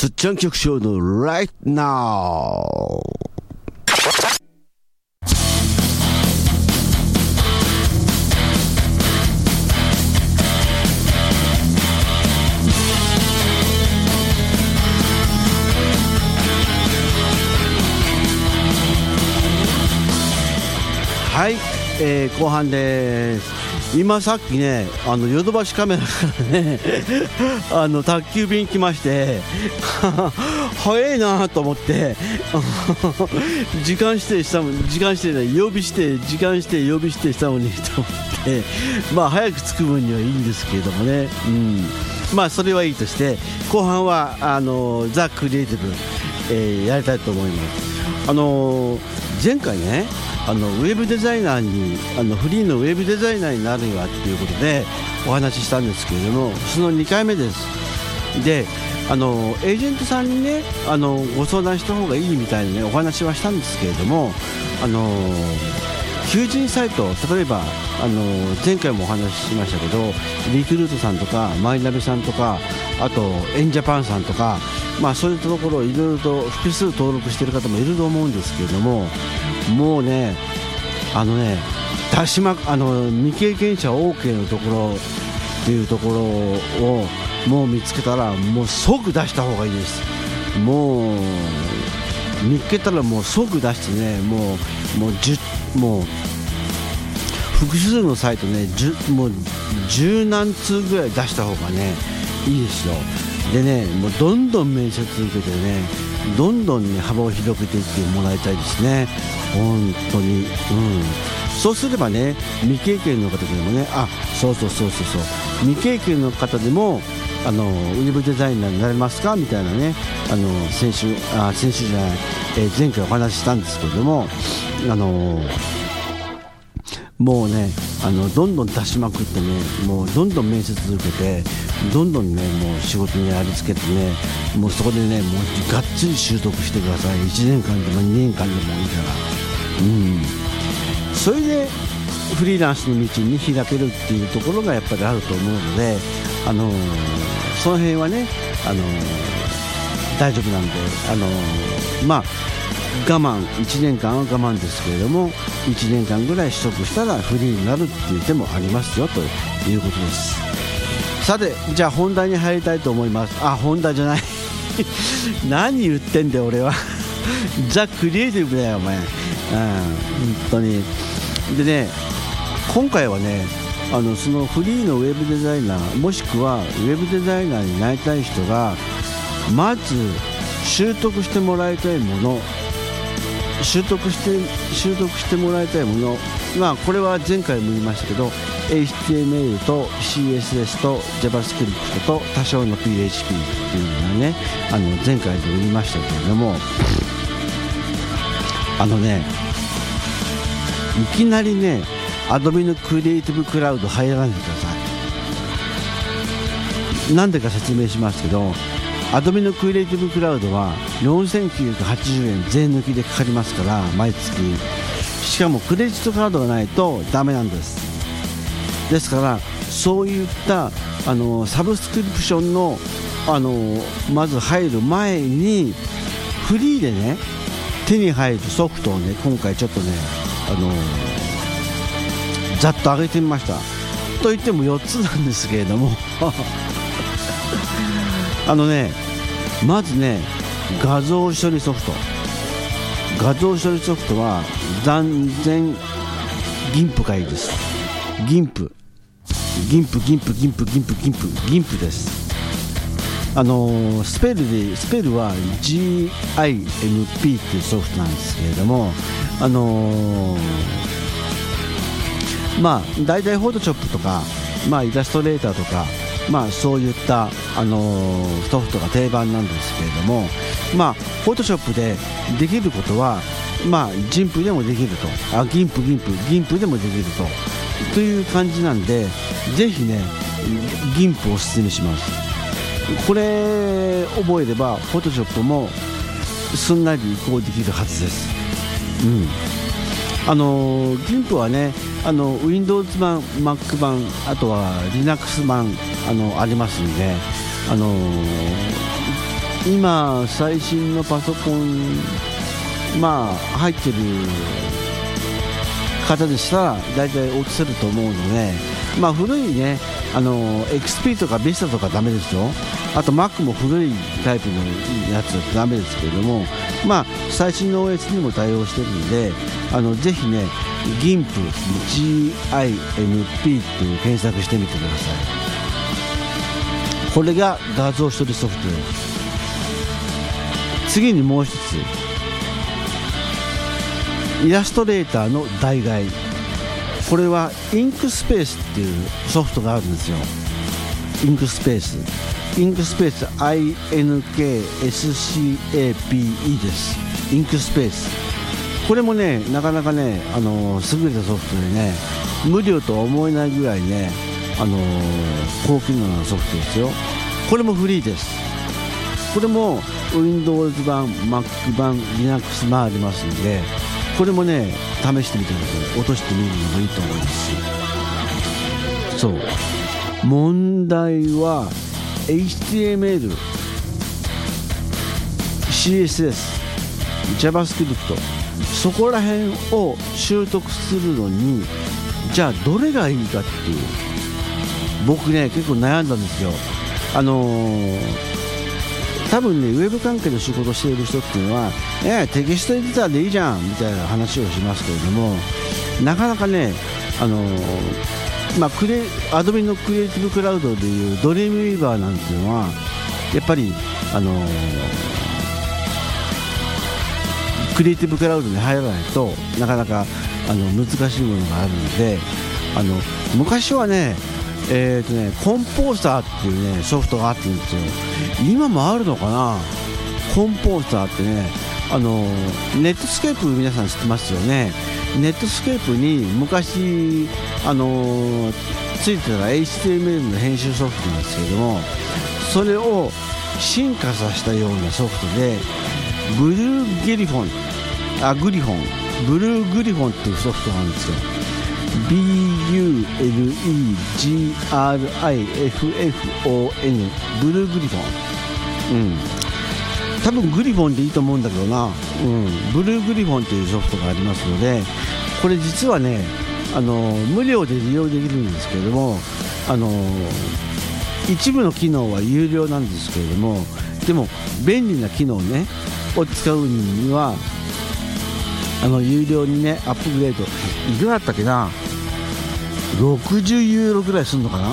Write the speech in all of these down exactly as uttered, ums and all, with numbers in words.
すっちゃん局長の Right Now。はい、えー、後半です。今さっきね、あのヨドバシカメラからねあの宅急便来まして早いなと思って時間指定したもん、時間指定で曜日指定、時間指定、曜日指定したのにと思ってまあ早く着く分にはいいんですけれどもね、うん、まあそれはいいとして、後半はあのザ・クリエイティブ、えー、やりたいと思います。あの前回ね、あのウェブデザイナーに、あのフリーのウェブデザイナーになるにはということでお話ししたんですけれども、そのにかいめです。で、あのエージェントさんにね、あのご相談した方がいいみたいな、ね、お話はしたんですけれども、あの求人サイト、例えばあの前回もお話ししましたけど、リクルートさんとかマイナビさんとか、あとエンジャパンさんとか、まあ、そういったところをいろいろと複数登録している方もいると思うんですけれども、もうね、あのね、出しまあの未経験者 OK のところっていうところをもう見つけたら、もう即出した方がいいです。もう見つけたらもう即出してね、もうもうじゅもう複数のサイトね、じゅもう十何通ぐらい出した方がねいいですよ。でね、もうどんどん面接受けてね、どんどん、ね、幅を広げていってもらいたいですね、本当に、うん、そうすればね、未経験の方でもね、あ、そうそうそうそうそう、未経験の方でもあのウェブデザイナーになれますかみたいなね、あの先週あ先週じゃない、えー、前回お話ししたんですけれども、あのもうね、あのどんどん出しまくってね、もうどんどん面接受けて、どんどんね、もう仕事にありつけてね、もうそこでね、もうがっつり習得してください。いちねんかんでもにねんかんでもいいから、うん、それでフリーランスの道に開けるっていうところがやっぱりあると思うので、あのー、その辺はね、あのー、大丈夫なんで、あのー、まあ我慢、いちねんかんは我慢ですけれども、いちねんかんぐらい取得したらフリーになるっていう手もありますよということです。さて、じゃあ本題に入りたいと思います。あ、本題じゃない何言ってんだよ俺はザ・クリエイティブだよお前、うん、本当に。でね、今回はね、あのそのフリーのウェブデザイナー、もしくはウェブデザイナーになりたい人がまず習得してもらいたいもの、習得して習得してもらいたいもの、まあこれは前回も言いましたけど、 エイチティーエムエル と シーエスエス と JavaScript と多少の ピーエイチピー っていうのがね、あの前回でも言いましたけれども、あのね、いきなりね、Adobe のクリエイティブクラウド入らないでください。なんでか説明しますけど、Adobe のクリエイティブクラウドはよんせんきゅうひゃくはちじゅうえん税抜きでかかりますから、毎月。しかもクレジットカードがないとダメなんです。ですからそういったあのサブスクリプションの、あのまず入る前にフリーでね手に入るソフトをね、今回ちょっとね、あのざっと上げてみました。といってもよっつなんですけれどもあのね、まずね、画像処理ソフト、画像処理ソフトは断然ギンプがいいです。ギンプギンプギンプギンプギンプギンプギンプです。あのー、スペルでスペルは ジーアイエムピー っていうソフトなんですけれども、あのー、まあ大体フォトショップとか、まあ、イラストレーターとか、まあ、そういった、あのー、ソフトが定番なんですけれども、まあ、フォトショップでできることは、まあ、ジンプでもできると、あ、ギンプギンプギンプでもできるとという感じなんで、ぜひね、ギンプをおすすめします。これ覚えればフォトショップもすんなり移行できるはずです。うん、あのギンプはね、あの Windows 版、Mac 版、あとは Linux 版 あのありますんで、あの今最新のパソコンまあ入ってる方でしたら大体落とせると思うので、まあ古いねあの エックスピー とか Vista とかダメですよ。あと Mac も古いタイプのやつだとダメですけれども、まあ最新の オーエス にも対応しているので、あのぜひね ギンプ ジーアイエヌピー っていう検索してみてください。これが画像処理ソフトです。次にもう一つ、イラストレーターの代替、これはインクスペースっていうソフトがあるんですよ。インクスペースインクスペース アイエヌケーエスシーエーピーイー です。インクスペース、これもねなかなかねあの優れたソフトでね、無料とは思えないぐらいねあの高機能なソフトですよ。これもフリーです。これも Windows 版 Mac 版 Linux 版ありますんで、これもね試してみてください。落としてみるのもいいと思います。そう、問題は エイチティーエムエル、シーエスエス、JavaScript、そこら辺を習得するのにじゃあどれがいいかっていう、僕ね結構悩んだんですよ。あのー、多分ねウェブ関係の仕事をしている人っていうのは、えテキストエディターでいいじゃんみたいな話をしますけれども、なかなかねあのーまあ、クレアドビのクリエイティブクラウドでいうドリームウィーバーなんていうのはやっぱりあのー、クリエイティブクラウドに入らないとなかなかあの難しいものがあるので、あの昔はねえーとね、コンポーサーっていうねソフトがあってるんですよ。今もあるのかな。コンポーサーってね、あのネットスケープ皆さん知ってますよね。ネットスケープに昔あのついてた エイチティーエムエル の編集ソフトなんですけれども、それを進化させたようなソフトでブルーゲリフォンあグリフォンブルーグリフォンっていうソフトがあるんですよ。ビーユーエルイージーアールアイエフエフオーエヌ ブルーグリフォン、うん、多分グリフォンでいいと思うんだけどな、うん、ブルーグリフォンというソフトがありますので、これ実はねあの無料で利用できるんですけれども、あの一部の機能は有料なんですけれども、でも便利な機能ねを使うにはあの有料にねアップグレードいくらだったっけな、ろくじゅうユーロぐらいするのかな、うん、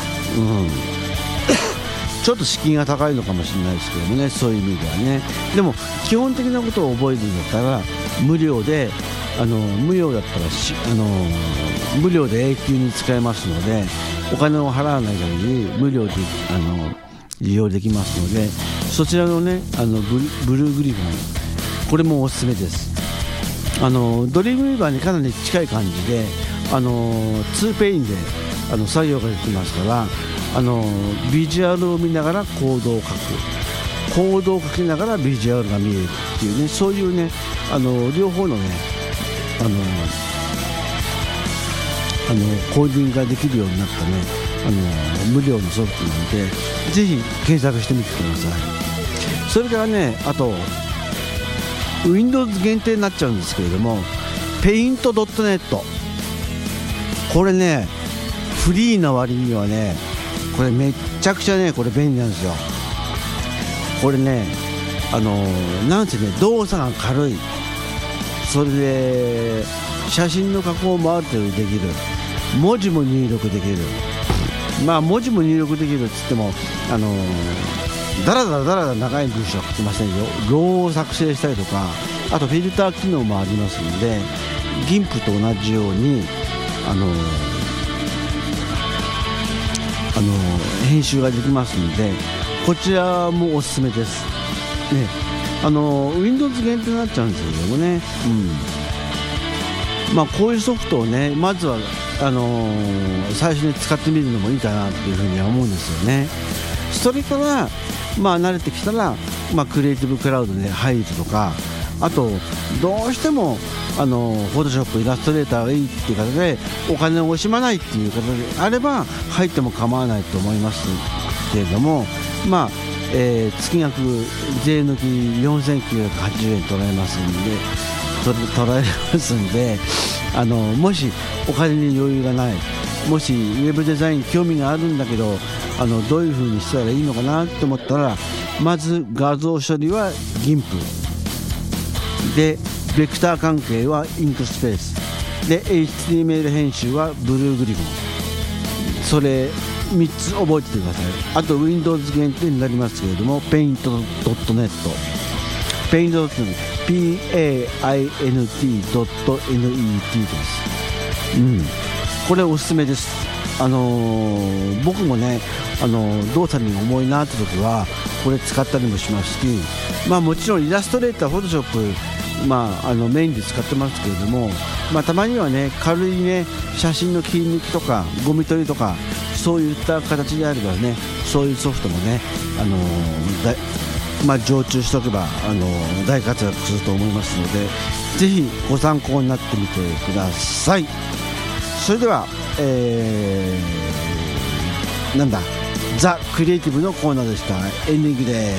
ちょっと資金が高いのかもしれないですけどもね、そういう意味ではね。でも基本的なことを覚えるんだったら無料で、あの無料だったらしあの無料で永久に使えますので、お金を払わない限り無料であの利用できますので、そちらのねあのブル、ブルーグリフォン、これもおすすめです。あのドリームウィーバーにかなり近い感じで、あのツーペインであの作業ができますから、あのビジュアルを見ながらコードを書く、コードを書きながらビジュアルが見えるっていうね、そういうねあの両方のねあのあのコーディングができるようになったねあの無料のソフトなので、ぜひ検索してみてください。それからね、あとWindows 限定になっちゃうんですけれども、ペイントドットネット、これねフリーな割にはねこれめっちゃくちゃねこれ便利なんですよ。これねあのなんせね動作が軽い、それで写真の加工もある程度できる、文字も入力できる、まあ文字も入力できるっつってもあのだらだらだらだら長い文章は書きませんよ。ローを作成したりとか、あとフィルター機能もありますので、ギンプと同じようにあのあの編集ができますので、こちらもおすすめです、ね、あの Windows 限定になっちゃうんですけどもね、うん、まあこういうソフトをねまずはあの最初に使ってみるのもいいかなというふうには思うんですよね。それからまあ慣れてきたら、まあ、クリエイティブクラウドで入るとか、あとどうしてもあのフォトショップイラストレーターがいいっていう方でお金を惜しまないっていう方であれば入っても構わないと思いますけれども、まあえー、月額税抜きよんせんきゅうひゃくはちじゅうえん取られますんで取取られますんで、あのもしお金に余裕がない、もしウェブデザインに興味があるんだけど、あのどういう風にしたらいいのかなと思ったら、まず画像処理は ギンプ で、ベクター関係はインクスペースで、 エイチティーエムエル 編集はブルーグリフォン、それみっつ覚えててください。あと Windows 限定になりますけれども ペイントドットネット ペイントドットネット ピーエーアイエヌティードットネット です、うん、これおすすめです。あのー、僕もね、あのー、動作に重いなって時はこれ使ったりもしますし、まあもちろんイラストレーター、フォトショップ、まあ、あのメインで使ってますけれども、まあ、たまにはね、軽いね写真の切り抜きとかゴミ取りとかそういった形であればね、そういうソフトもね、あのーだまあ、常駐しておけば、あのー、大活躍すると思いますので、ぜひご参考になってみてください。それでは、えー、なんだザ・クリエイティブのコーナーでした。エンディングです。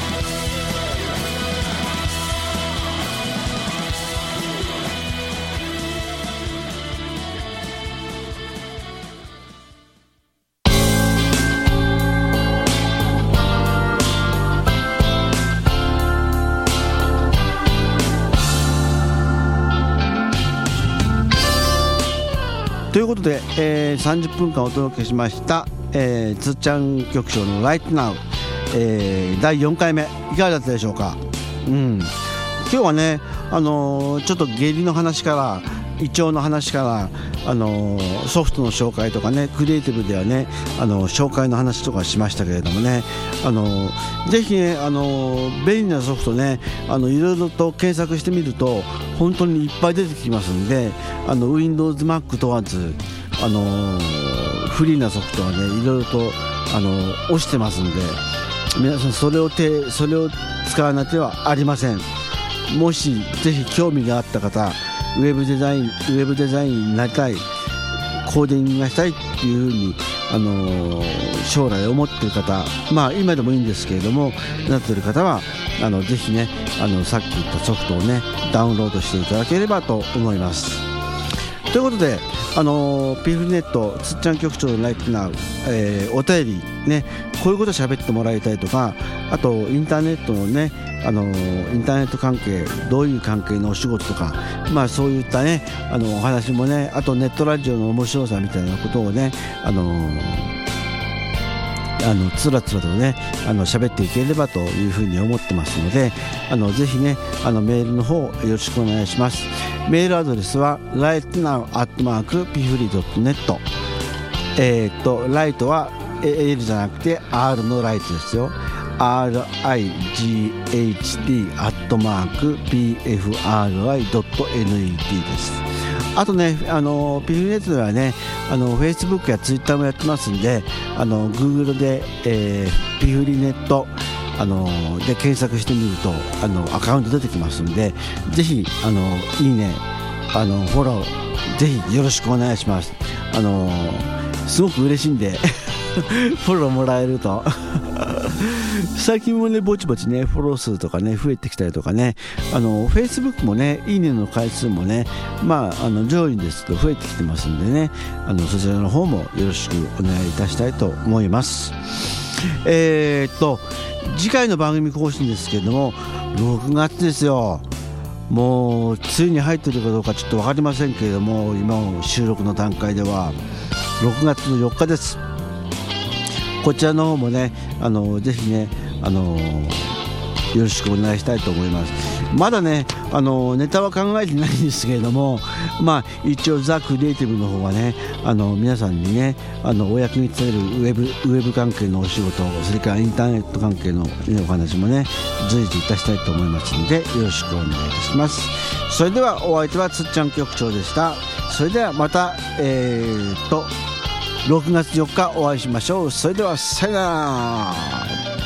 ということで、えー、さんじゅっぷんかんお届けしました、えー、つっちゃん局長の Right Now、えー、だいよんかいめいかがだったでしょうか。うん、今日はね、あのー、ちょっと下痢の話から胃腸の話から、あのー、ソフトの紹介とかね、クリエイティブではね、あのー、紹介の話とかしましたけれどもね、あのー、ぜひね、あのー、便利なソフトね、あのいろいろと検索してみると本当にいっぱい出てきますんで、あの Windows、Mac 問わず、あのー、フリーなソフトはね、いろいろと、あのー、押してますんで、皆さんそれを手それを使わなくてはありません。もしぜひ興味があった方、ウェブデザインウェブデザインになりたい、コーディングがしたいっていうふうに、あのー、将来思っている方、まあ今でもいいんですけれども、なっている方はあのぜひね、あのさっき言ったソフトをねダウンロードしていただければと思います。ということで、あのー、ピフルネットつっちゃん局長のライトナウ、えー、お便りね、こういうこと喋ってもらいたいとか、あとインターネットのね、あのー、インターネット関係、どういう関係のお仕事とか、まあそういったね、あのお話もね、あとネットラジオの面白さみたいなことをね、あのー、あのつらつらとね、あの喋っていければというふうに思ってますので、あのぜひね、あのメールの方よろしくお願いします。メールアドレスは ライトナウ アットマーク ピフリー ドットネット、 えー、っとライトは L じゃなくて R のライトですよ。 ライト アットマーク ピーエフアールアイ ドットネット です。あとね、あのピフルネットではね、あの Facebook や Twitter もやってますんで、あの Google で、えー、ピフリネット、あので検索してみると、あのアカウント出てきますんで、ぜひあのいいね、あのフォローぜひよろしくお願いします。あのすごく嬉しいんでフォローもらえると最近もね、ぼちぼちね、フォロー数とかね増えてきたりとかね、あの Facebook もね、いいねの回数もね、まああの上位ですけど増えてきてますんでね、あのそちらの方もよろしくお願いいたしたいと思います。えー、っと次回の番組更新ですけれども、ろくがつですよ。もうついに入っているかどうかちょっと分かりませんけれども、今収録の段階ではろくがつのよっかです。こちらの方もね、あのぜひね、あのよろしくお願いしたいと思います。まだね、あのネタは考えてないんですけれども、まあ一応ザ・クリエイティブの方はね、あの皆さんにね、あのお役に立てるウェブウェブ関係のお仕事、それからインターネット関係の、ね、お話もね随時いたしたいと思いますので、よろしくお願いいたします。それではお相手はつっちゃん局長でした。それではまた、えー、っとろくがつよっかお会いしましょう。それではさよなら。